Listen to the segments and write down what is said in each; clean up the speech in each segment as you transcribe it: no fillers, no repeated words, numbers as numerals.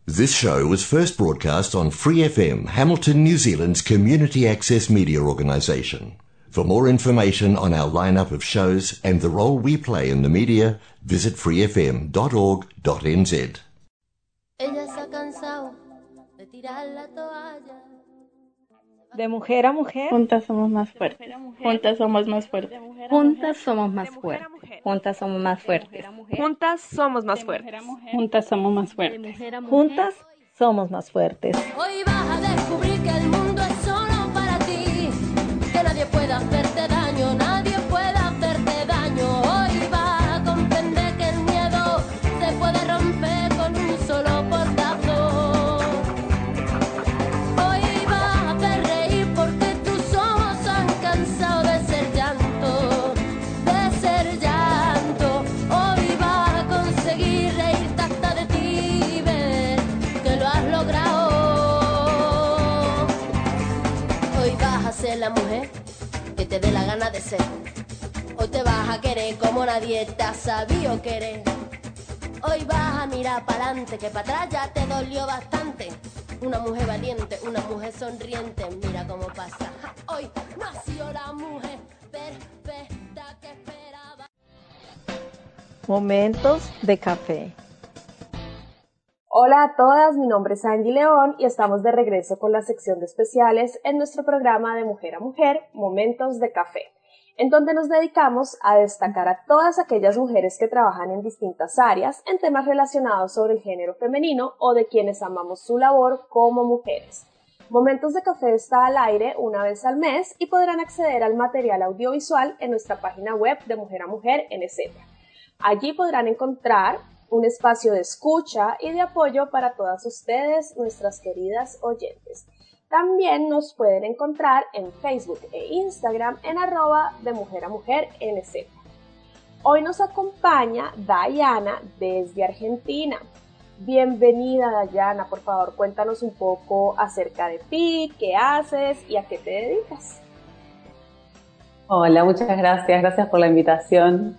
This show was first broadcast on Free FM, Hamilton, New Zealand's community access media organisation. For more information on our lineup of shows and the role we play in the media, visit freefm.org.nz. Ella se ha cansado de tirar la toalla. De mujer a mujer. Juntas somos más fuertes. Juntas somos más fuertes. Juntas somos más fuertes. Juntas somos más fuertes. Juntas somos más fuertes. Juntas somos más fuertes. Juntas somos más fuertes. Hoy vas a descubrir que el mundo es solo para ti, que nadie puede hacerte daño, nadie puede hacerte daño. Hoy vas a comprender que el miedo se puede romper con un solo portazo. Hoy vas a hacer reír porque tus ojos han cansado de ser llanto, de ser llanto. Hoy vas a conseguir reírte hasta de ti y ver que lo has logrado. Hoy vas a ser la mujer que te dé la gana de ser. Hoy te vas a querer como nadie te ha sabido querer. Hoy vas a mirar para adelante, que para atrás ya te dolió bastante. Una mujer valiente, una mujer sonriente, mira cómo pasa. Hoy nació la mujer perfecta que esperaba. Momentos de café. Hola a todas, mi nombre es Angie León y estamos de regreso con la sección de especiales en nuestro programa de Mujer a Mujer, Momentos de Café, en donde nos dedicamos a destacar a todas aquellas mujeres que trabajan en distintas áreas en temas relacionados sobre el género femenino o de quienes amamos su labor como mujeres. Momentos de Café está al aire una vez al mes y podrán acceder al material audiovisual en nuestra página web de Mujer a Mujer NZ. Allí podrán encontrar un espacio de escucha y de apoyo para todas ustedes, nuestras queridas oyentes. También nos pueden encontrar en Facebook e Instagram en @demujer-a-mujer-nz. Hoy nos acompaña Dayana desde Argentina. Bienvenida, Dayana, por favor cuéntanos un poco acerca de ti, qué haces y a qué te dedicas. Hola, muchas gracias por la invitación.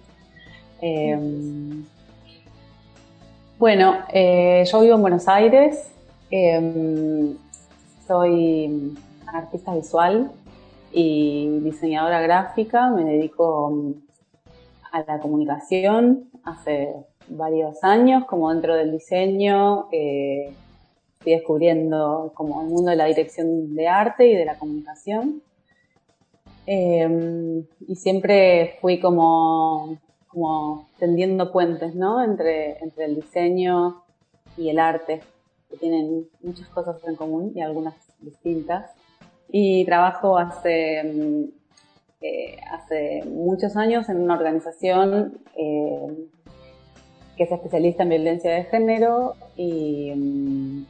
Bueno, yo vivo en Buenos Aires, soy artista visual y diseñadora gráfica, me dedico a la comunicación hace varios años, como dentro del diseño, estoy descubriendo como el mundo de la dirección de arte y de la comunicación, y siempre fui como tendiendo puentes, ¿no? entre el diseño y el arte, que tienen muchas cosas en común y algunas distintas. Y trabajo hace muchos años en una organización que es especialista en violencia de género y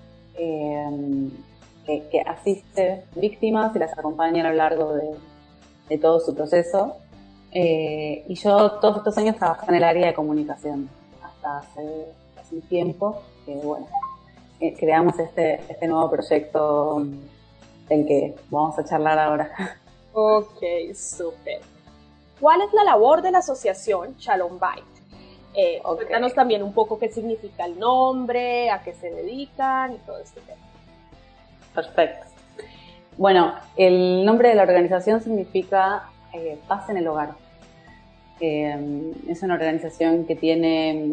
que asiste víctimas y las acompaña a lo largo de todo su proceso. Y yo todos estos años trabajé en el área de comunicación hasta hace un tiempo que bueno, creamos este nuevo proyecto del que vamos a charlar ahora. Ok, súper. ¿Cuál es la labor de la asociación Shalom Bait? Cuéntanos también un poco qué significa el nombre, a qué se dedican y todo este tema. Perfecto. Bueno, el nombre de la organización significa Paz en el Hogar. Es una organización que tiene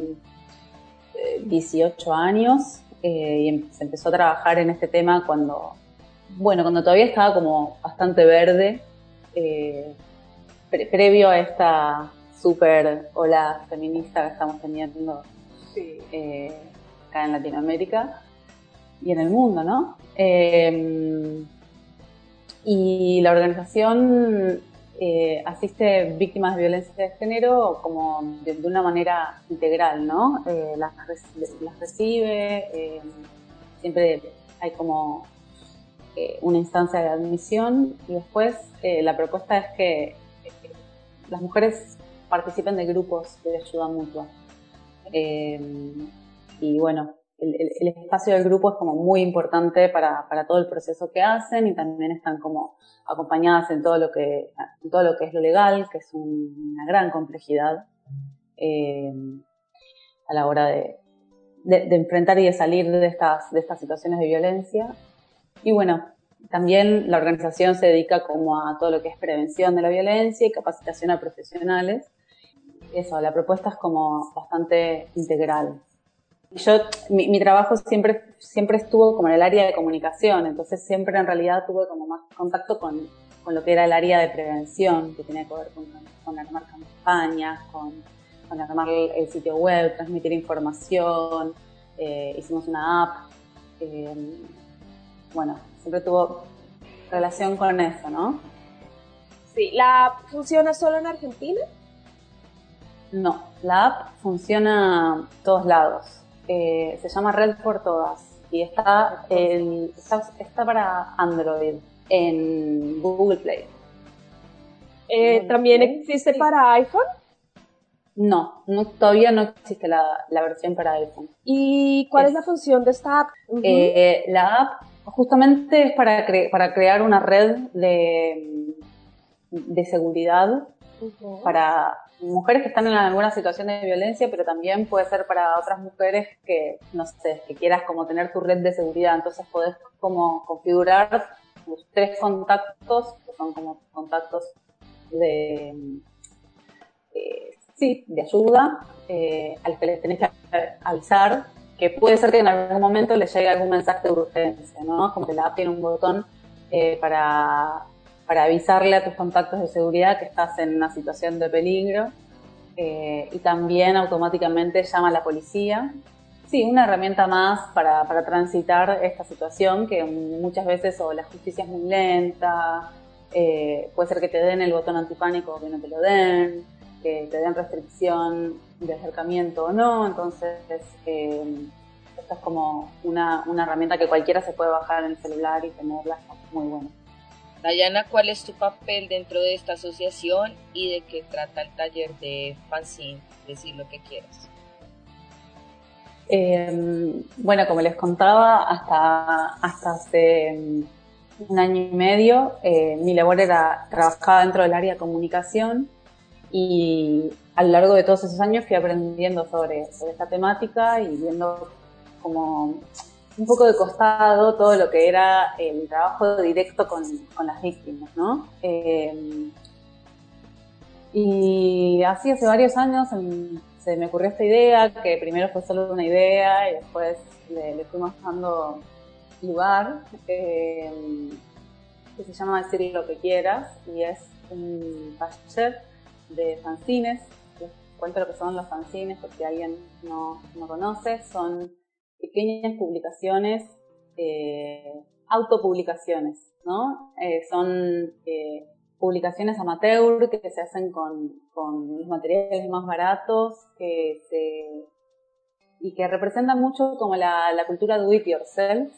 18 años y se empezó a trabajar en este tema cuando todavía estaba como bastante verde, previo a esta super ola feminista que estamos teniendo acá en Latinoamérica y en el mundo, ¿no? Y la organización asiste víctimas de violencia de género como de una manera integral, ¿no? Las recibe, siempre hay como una instancia de admisión y después la propuesta es que las mujeres participen de grupos de ayuda mutua. Y bueno, el espacio del grupo es como muy importante para todo el proceso que hacen y también están como acompañadas en todo lo que es lo legal, que es una gran complejidad a la hora de de enfrentar y de salir de estas situaciones de violencia. Y bueno, también la organización se dedica como a todo lo que es prevención de la violencia y capacitación a profesionales. Eso, la propuesta es como bastante integral. Mi trabajo siempre estuvo como en el área de comunicación, entonces siempre en realidad tuve como más contacto con lo que era el área de prevención, que tenía que ver con armar campañas, con armar el sitio web, transmitir información, hicimos una app, bueno, siempre tuvo relación con eso, ¿no? Sí, ¿la app funciona solo en Argentina? No, la app funciona en todos lados. Se llama Red por Todas y está para Android en Google Play. ¿También existe para iPhone? No, todavía no existe la versión para iPhone. ¿Y cuál es la función de esta app? La app justamente es para crear una red de seguridad para mujeres que están en alguna situación de violencia, pero también puede ser para otras mujeres que, no sé, que quieras como tener tu red de seguridad. Entonces podés como configurar tus 3 contactos, que son como contactos de ayuda, al que les tenés que avisar, que puede ser que en algún momento les llegue algún mensaje de urgencia, ¿no? Como que la app tiene un botón para avisarle a tus contactos de seguridad que estás en una situación de peligro, y también automáticamente llama a la policía. Sí, una herramienta más para transitar esta situación que muchas veces o la justicia es muy lenta, puede ser que te den el botón antipánico o que no te lo den, que te den restricción de acercamiento o no. Entonces esta es como una herramienta que cualquiera se puede bajar en el celular y tenerla, muy buena. Dayana, ¿cuál es tu papel dentro de esta asociación y de qué trata el taller de fanzine? Decir lo que quieras. Bueno, como les contaba, hasta hace 1 año y medio mi labor trabajaba dentro del área de comunicación, y a lo largo de todos esos años fui aprendiendo sobre esta temática y viendo como un poco de costado todo lo que era el trabajo directo con las víctimas, ¿no? Y así hace varios años se me ocurrió esta idea, que primero fue solo una idea y después le fuimos dando lugar, que se llama Decir lo que quieras, y es un taller de fanzines. Les cuento lo que son los fanzines por si alguien no conoce. Son pequeñas publicaciones, autopublicaciones, ¿no? Son publicaciones amateur que se hacen con los materiales más baratos, y que representan mucho como la cultura do it yourself,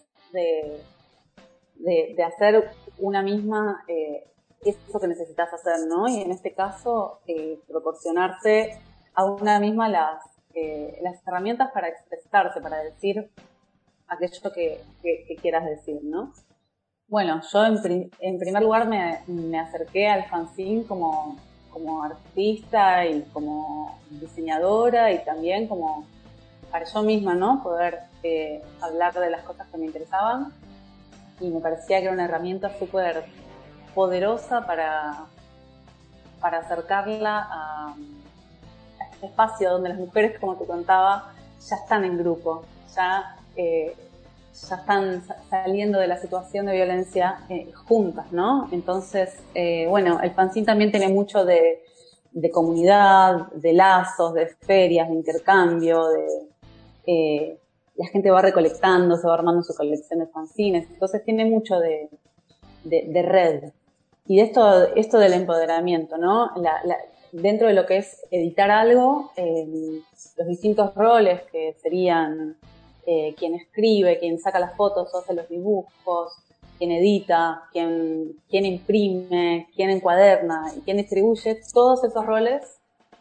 de hacer una misma eso que necesitas hacer, ¿no? Y en este caso proporcionarse a una misma las herramientas para expresarse, para decir aquello que quieras decir, ¿no? Bueno, yo en primer lugar me acerqué al fanzine como artista y como diseñadora, y también como para yo misma, ¿no? Poder hablar de las cosas que me interesaban, y me parecía que era una herramienta súper poderosa para acercarla a este espacio donde las mujeres, como te contaba, ya están en grupo, ya están saliendo de la situación de violencia juntas, ¿no? Entonces, bueno, el fanzine también tiene mucho de comunidad, de lazos, de ferias, de intercambio, la gente va recolectando, se va armando su colección de fanzines, entonces tiene mucho de red. Y esto del empoderamiento, ¿no? Dentro de lo que es editar algo, los distintos roles que serían quien escribe, quien saca las fotos o hace los dibujos, quien edita, quien imprime, quien encuaderna y quien distribuye, todos esos roles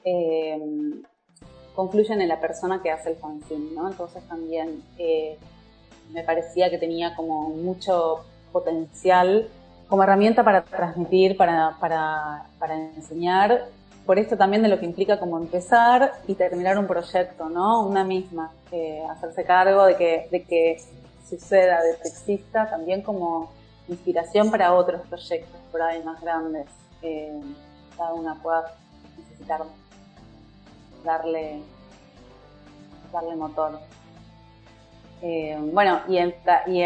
confluyen en la persona que hace el fanzine, ¿no? Entonces también me parecía que tenía como mucho potencial como herramienta para transmitir, para enseñar, por esto también de lo que implica como empezar y terminar un proyecto, ¿no? Una misma, hacerse cargo de que suceda, de que exista también como inspiración para otros proyectos por ahí más grandes. Cada una pueda necesitar darle motor. Bueno, y el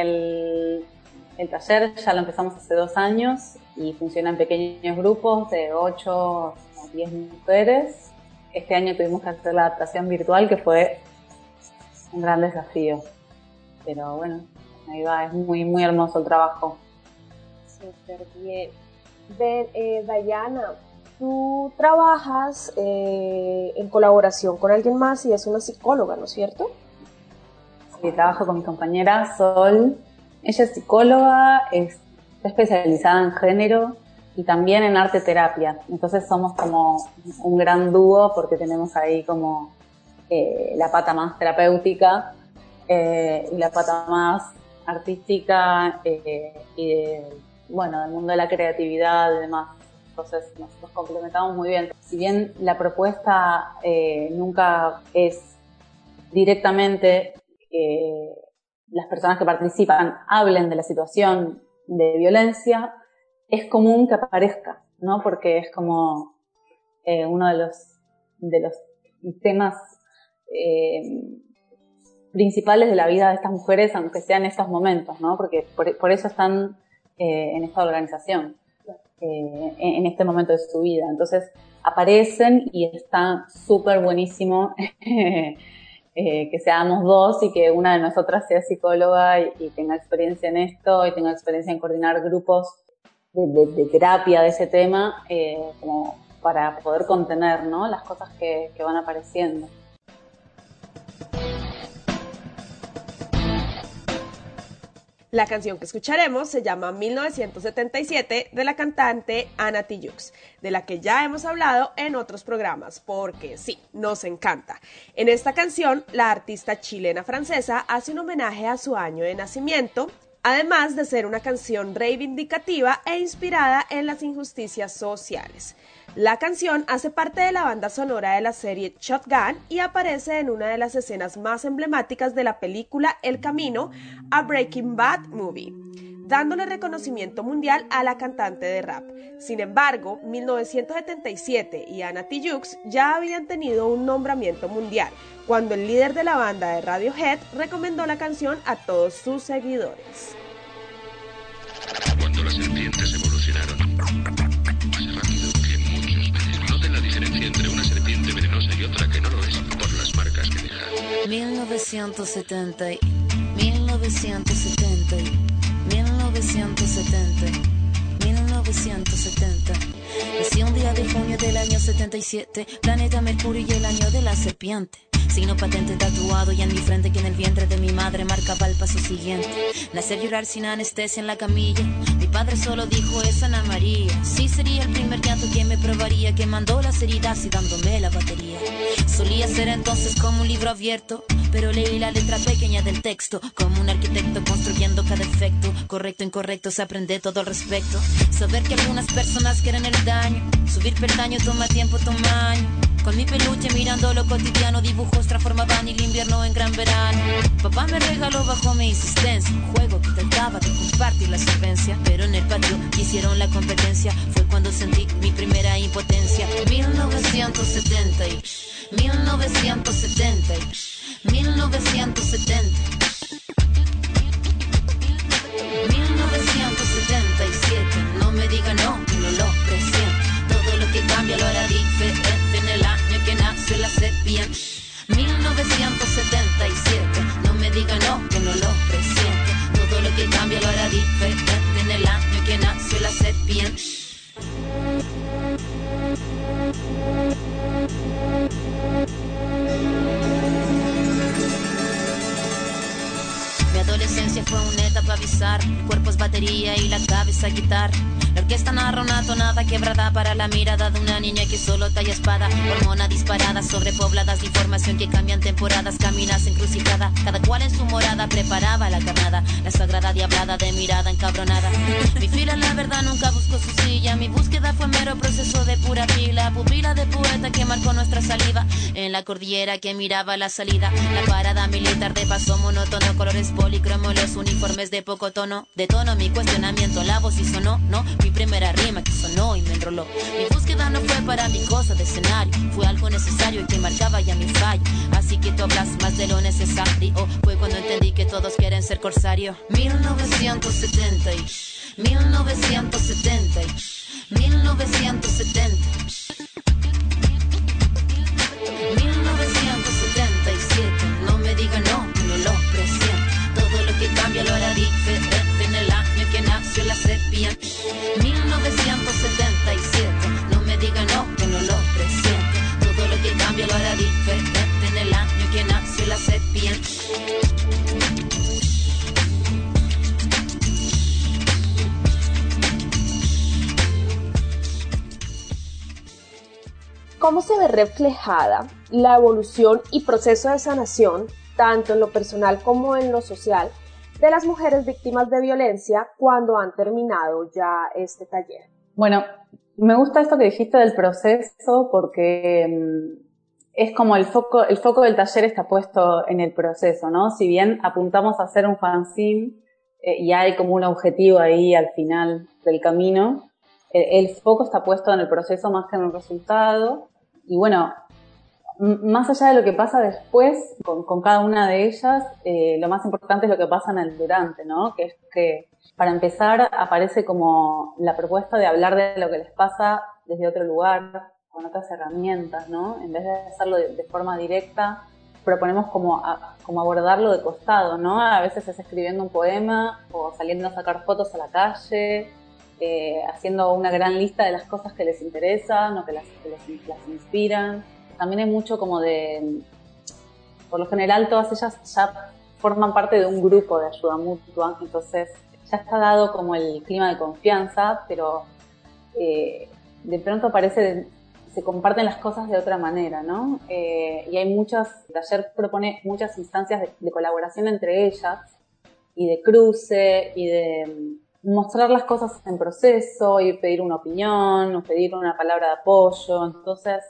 taller ya lo empezamos hace 2 años y funciona en pequeños grupos de 8 a 10 mujeres. Este año tuvimos que hacer la adaptación virtual, que fue un gran desafío. Pero bueno, ahí va, es muy, muy hermoso el trabajo. Súper bien. Dayana, tú trabajas en colaboración con alguien más y es una psicóloga, ¿no es cierto? Sí, trabajo con mi compañera Sol. Ella es psicóloga, está especializada en género y también en arte terapia. Entonces somos como un gran dúo porque tenemos ahí como la pata más terapéutica y la pata más artística y del mundo de la creatividad y demás. Entonces nos complementamos muy bien. Si bien la propuesta nunca es directamente las personas que participan hablen de la situación de violencia, es común que aparezca, ¿no? Porque es como uno de los temas principales de la vida de estas mujeres, aunque sea en estos momentos, ¿no? Porque por eso están en esta organización, en este momento de su vida. Entonces aparecen y está súper buenísimo que seamos dos y que una de nosotras sea psicóloga y tenga experiencia en esto y tenga experiencia en coordinar grupos de terapia de ese tema, como para poder contener, ¿no?, las cosas que van apareciendo. La canción que escucharemos se llama 1977 de la cantante Anna Tijoux, de la que ya hemos hablado en otros programas, porque sí, nos encanta. En esta canción, la artista chilena-francesa hace un homenaje a su año de nacimiento, además de ser una canción reivindicativa e inspirada en las injusticias sociales. La canción hace parte de la banda sonora de la serie Shotgun y aparece en una de las escenas más emblemáticas de la película El Camino, a Breaking Bad Movie, dándole reconocimiento mundial a la cantante de rap. Sin embargo, 1977 y Anna Tijoux ya habían tenido un nombramiento mundial, cuando el líder de la banda de Radiohead recomendó la canción a todos sus seguidores. Cuando las serpientes evolucionaron, más rápido que muchos venenos. Noten la diferencia entre una serpiente venenosa y otra que no lo es por las marcas que deja. 1970, 1970, 1970, 1970. Nací un día de junio del año 77, planeta Mercurio y el año de la serpiente. Signo patente tatuado y en mi frente que en el vientre de mi madre marcaba el paso siguiente. Nacer, llorar sin anestesia en la camilla. Mi padre solo dijo es Ana María. Sí, sería el primer llanto que me probaría, quemando las heridas y dándome la batería. Solía ser entonces como un libro abierto, pero leí la letra pequeña del texto, como un arquitecto construyendo cada efecto. Correcto, incorrecto, se aprende todo al respecto. Saber que algunas personas quieren el daño, subir peldaño toma tiempo, toma año. Con mi peluche mirando lo cotidiano, dibujos transformaban el invierno en gran verano. Papá me regaló bajo mi insistencia un juego que trataba de compartir la solvencia, pero en el patio hicieron la competencia. Fue cuando sentí mi primera impotencia. 1970, 1970, 1970, 1977. No me diga no, que no lo presiento. Todo lo que cambia lo hará diferente en el año que nació la serpiente. 1977, no me diga no, que no lo presiento. Todo lo que cambia lo hará diferente en el año que nació la serpiente. Me adolescencia fue una etapa bizarra. El cuerpo es batería y la cabeza guitarra. La orquesta narra una tonada quebrada para la mirada de una niña que solo talla espada. Hormona disparada, sobrepobladas de información que cambian temporadas. Caminas encrucijada, cada cual en su morada preparaba la carnada. La sagrada diablada de mirada encabronada. Mi fila la verdad nunca buscó su silla. Mi búsqueda fue mero proceso de pura pila. Pupila de poeta que marcó nuestra saliva. En la cordillera que miraba la salida. La parada militar de paso monótono. Colores policromos, los uniformes de poco tono. De tono mi cuestionamiento, la voz y sonó, no. Mi primera rima que sonó y me enroló. Mi búsqueda no fue para mi cosa de escenario. Fue algo necesario y que marcaba ya mi fallo. Así que tú hablas más de lo necesario. Fue cuando entendí que todos quieren ser corsario. 1970 y 1970 y 1970 1977. No me diga no, no lo presiento. Todo lo que cambia lo hará diferente en el año que nació la serpiente. 1977. No me diga no, que no lo presiento. Todo lo que cambia lo hará diferente en el año que nació la serpiente. ¿Cómo se ve reflejada la evolución y proceso de sanación, tanto en lo personal como en lo social, de las mujeres víctimas de violencia cuando han terminado ya este taller? Bueno, me gusta esto que dijiste del proceso porque es como el foco del taller está puesto en el proceso, ¿no? Si bien apuntamos a hacer un fanzine y hay como un objetivo ahí al final del camino, el foco está puesto en el proceso más que en el resultado. Y bueno, más allá de lo que pasa después con cada una de ellas, lo más importante es lo que pasa en el durante, ¿no? Que es que, para empezar, aparece como la propuesta de hablar de lo que les pasa desde otro lugar, con otras herramientas, ¿no? En vez de hacerlo de forma directa, proponemos como abordarlo de costado, ¿no? A veces es escribiendo un poema o saliendo a sacar fotos a la calle, haciendo una gran lista de las cosas que les interesan o que las inspiran. También hay mucho como por lo general todas ellas ya forman parte de un grupo de ayuda mutua, entonces ya está dado como el clima de confianza, pero de pronto se comparten las cosas de otra manera, ¿no? Y hay el taller propone muchas instancias de colaboración entre ellas y de cruce y de mostrar las cosas en proceso y pedir una opinión o pedir una palabra de apoyo. Entonces,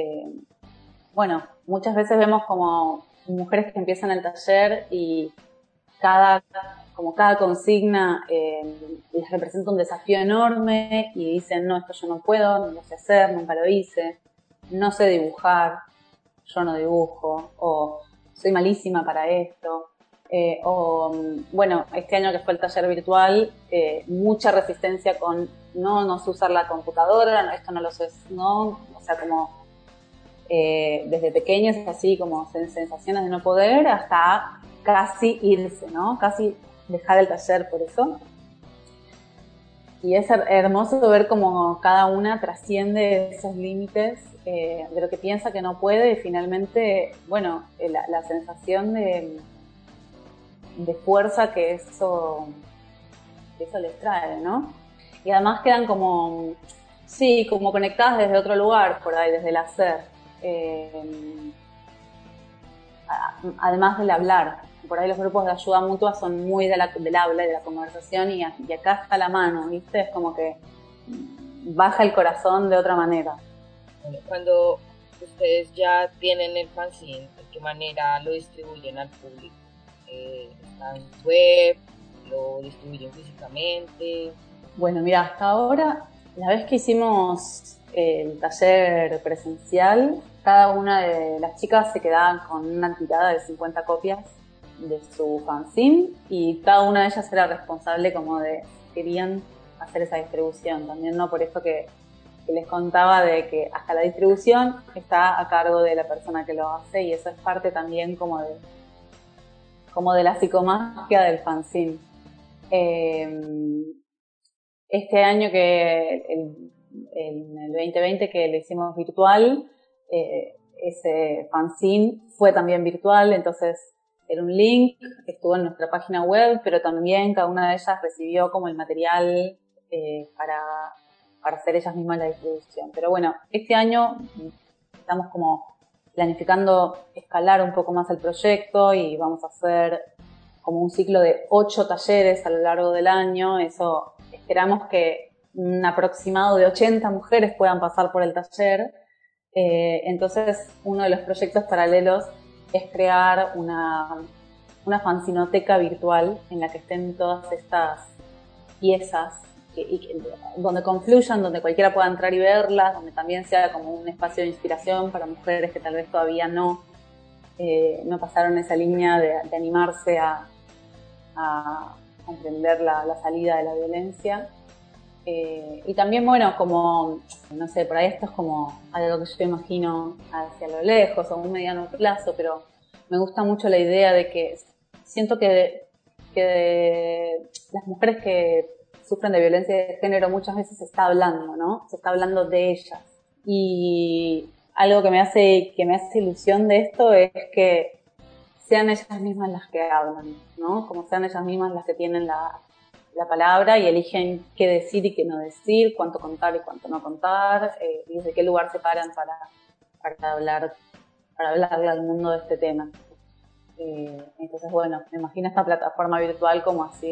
bueno, muchas veces vemos como mujeres que empiezan el taller y cada consigna les representa un desafío enorme y dicen, no, esto yo no puedo, no lo sé hacer, nunca lo hice, no sé dibujar, yo no dibujo, o soy malísima para esto. Bueno, este año que fue el taller virtual, mucha resistencia con no sé usar la computadora, esto no lo sé, no, o sea, como desde pequeños así como sensaciones de no poder hasta casi irse, ¿no? Casi dejar el taller por eso. Y es hermoso ver cómo cada una trasciende esos límites de lo que piensa que no puede y finalmente, bueno, la sensación de fuerza que eso les trae, ¿no? Y además quedan como conectadas desde otro lugar, por ahí, desde el hacer. Además del hablar. Por ahí los grupos de ayuda mutua son muy del habla y de la conversación y acá está la mano, ¿viste? Es como que baja el corazón de otra manera. Cuando ustedes ya tienen el fanzine, ¿de qué manera lo distribuyen al público? ¿Está en web? ¿Lo distribuyen físicamente? Bueno, mira, hasta ahora, la vez que hicimos el taller presencial, cada una de las chicas se quedaba con una tirada de 50 copias de su fanzine y cada una de ellas era responsable como de querían hacer esa distribución. También no por esto que les contaba de que hasta la distribución está a cargo de la persona que lo hace y eso es parte también como de la psicomagia del fanzine. Este año en el 2020 que lo hicimos virtual, ese fanzine fue también virtual, entonces era un link, estuvo en nuestra página web, pero también cada una de ellas recibió como el material para hacer ellas mismas la distribución. Pero bueno, este año estamos como planificando escalar un poco más el proyecto y vamos a hacer como un ciclo de 8 talleres a lo largo del año. Eso, esperamos que un aproximado de 80 mujeres puedan pasar por el taller. Entonces, uno de los proyectos paralelos es crear una fanzinoteca virtual en la que estén todas estas piezas donde confluyan, donde cualquiera pueda entrar y verlas, donde también sea como un espacio de inspiración para mujeres que tal vez todavía no pasaron esa línea de animarse a emprender la salida de la violencia. Y también, bueno, como, no sé, por ahí esto es como algo que yo imagino hacia lo lejos o un mediano plazo, pero me gusta mucho la idea de que siento que las mujeres que sufren de violencia de género muchas veces se está hablando, ¿no? Se está hablando de ellas. Y algo que me hace ilusión de esto es que sean ellas mismas las que hablan, ¿no? Como sean ellas mismas las que tienen la palabra y eligen qué decir y qué no decir, cuánto contar y cuánto no contar, y desde qué lugar se paran para hablarle al mundo de este tema. Entonces, bueno, me imagino esta plataforma virtual como así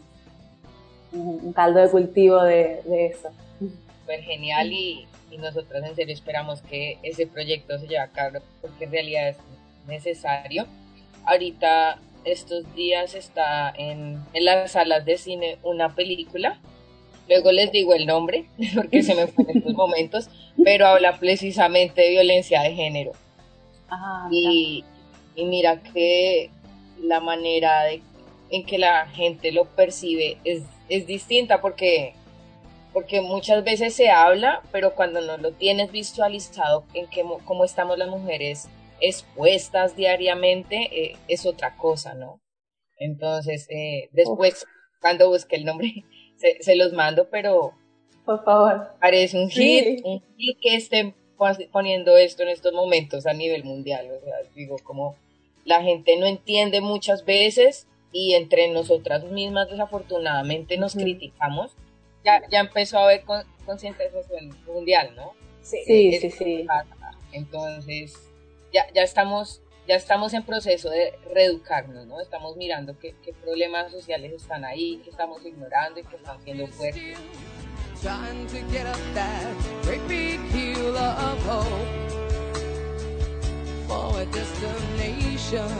un caldo de cultivo de eso. Súper genial y nosotros en serio esperamos que ese proyecto se lleve a cabo porque en realidad es necesario. Ahorita, estos días está en las salas de cine una película, luego les digo el nombre porque se me fue en estos momentos, pero habla precisamente de violencia de género. Y mira que la manera en que la gente lo percibe es distinta porque muchas veces se habla, pero cuando no lo tienes visualizado en cómo estamos las mujeres expuestas diariamente, es otra cosa, ¿no? Entonces, después, cuando busque el nombre, se los mando, pero por favor, parece un hit que estén poniendo esto en estos momentos a nivel mundial. O sea, digo, como la gente no entiende muchas veces y entre nosotras mismas desafortunadamente nos criticamos. Ya empezó a haber concientización mundial, ¿no? Sí. Entonces, ya estamos en proceso de reeducarnos, ¿no? Estamos mirando qué problemas sociales están ahí, que estamos ignorando y que están siendo fuertes. Trying to get up that great big hill of hope for a destination.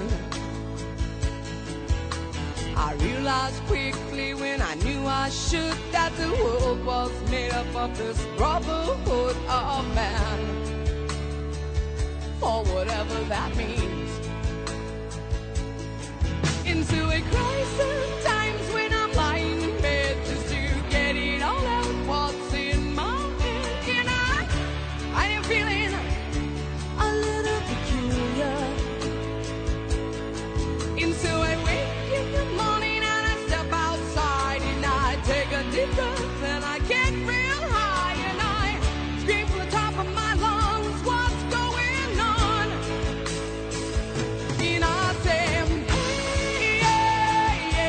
I realized quickly when I knew I should that the world was made up of this brotherhood of man, or whatever that means. Into a crisis times when I'm lying in bed just to get it all out what's in my head, and I am feeling a little peculiar. And so I wake in the morning and I step outside and I take a deep breath and I get real high and I scream from the top of my lungs, what's going on? And I say, hey,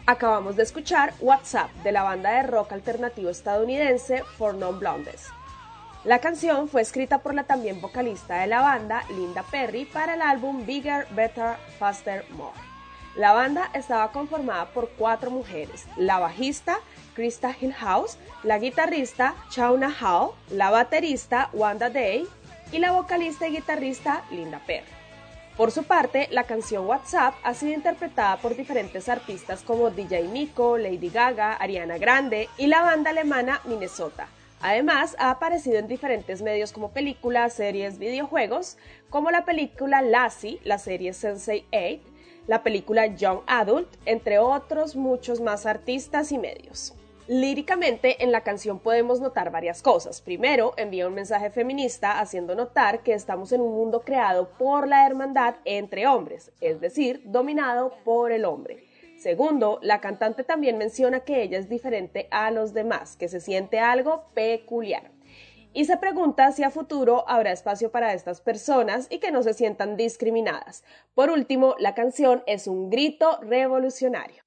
Acabamos de escuchar WhatsApp de la banda de rock alternativo estadounidense For Non Blondes. La canción fue escrita por la también vocalista de la banda, Linda Perry, para el álbum Bigger, Better, Faster, More. La banda estaba conformada por 4 mujeres: la bajista Krista Hillhouse, la guitarrista Shauna Hall, la baterista Wanda Day y la vocalista y guitarrista Linda Perry. Por su parte, la canción WhatsApp ha sido interpretada por diferentes artistas como DJ Nico, Lady Gaga, Ariana Grande y la banda alemana Minnesota. Además, ha aparecido en diferentes medios como películas, series, videojuegos, como la película Lassie, la serie Sense8, la película Young Adult, entre otros muchos más artistas y medios. Líricamente, en la canción podemos notar varias cosas. Primero, envía un mensaje feminista haciendo notar que estamos en un mundo creado por la hermandad entre hombres, es decir, dominado por el hombre. Segundo, la cantante también menciona que ella es diferente a los demás, que se siente algo peculiar. Y se pregunta si a futuro habrá espacio para estas personas y que no se sientan discriminadas. Por último, la canción es un grito revolucionario.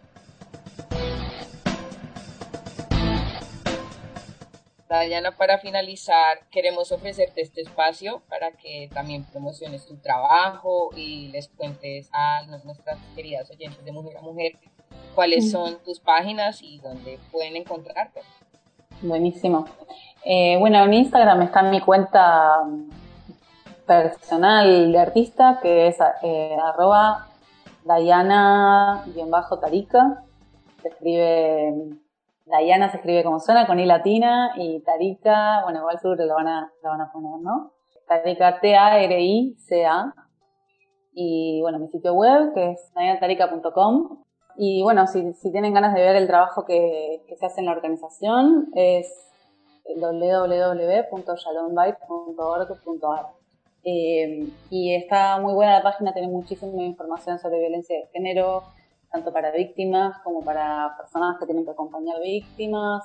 Dayana, para finalizar, queremos ofrecerte este espacio para que también promociones tu trabajo y les cuentes a nuestras queridas oyentes de Mujer a Mujer cuáles son tus páginas y dónde pueden encontrarte. Buenísimo. Bueno, en Instagram está mi cuenta personal de artista, que es @Dayana_Tarica. Dayana se escribe como suena, con I latina, y Tarica, bueno, igual seguro lo van a poner, ¿no? Tarica, Tarica. Y bueno, mi sitio web, que es dayanatarica.com. Y bueno, si tienen ganas de ver el trabajo que se hace en la organización, es www.shalombyte.org.ar. Y está muy buena la página, tiene muchísima información sobre violencia de género, tanto para víctimas como para personas que tienen que acompañar víctimas.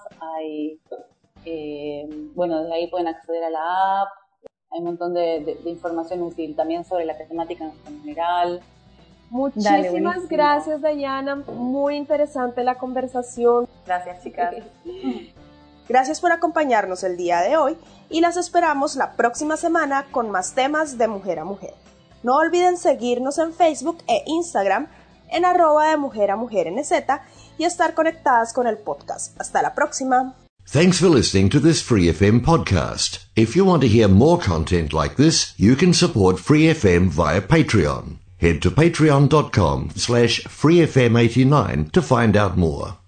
Bueno, desde ahí pueden acceder a la app. Hay un montón de información útil también sobre la temática en general. Muchísimas gracias, Dayana. Muy interesante la conversación. Gracias, chicas. Gracias por acompañarnos el día de hoy y las esperamos la próxima semana con más temas de Mujer a Mujer. No olviden seguirnos en Facebook e Instagram en @demujeramujernz y estar conectadas con el podcast. Hasta la próxima. Thanks for listening to this Free FM podcast. If you want to hear more content like this, you can support Free FM via Patreon. Head to patreon.com/freefm89 to find out more.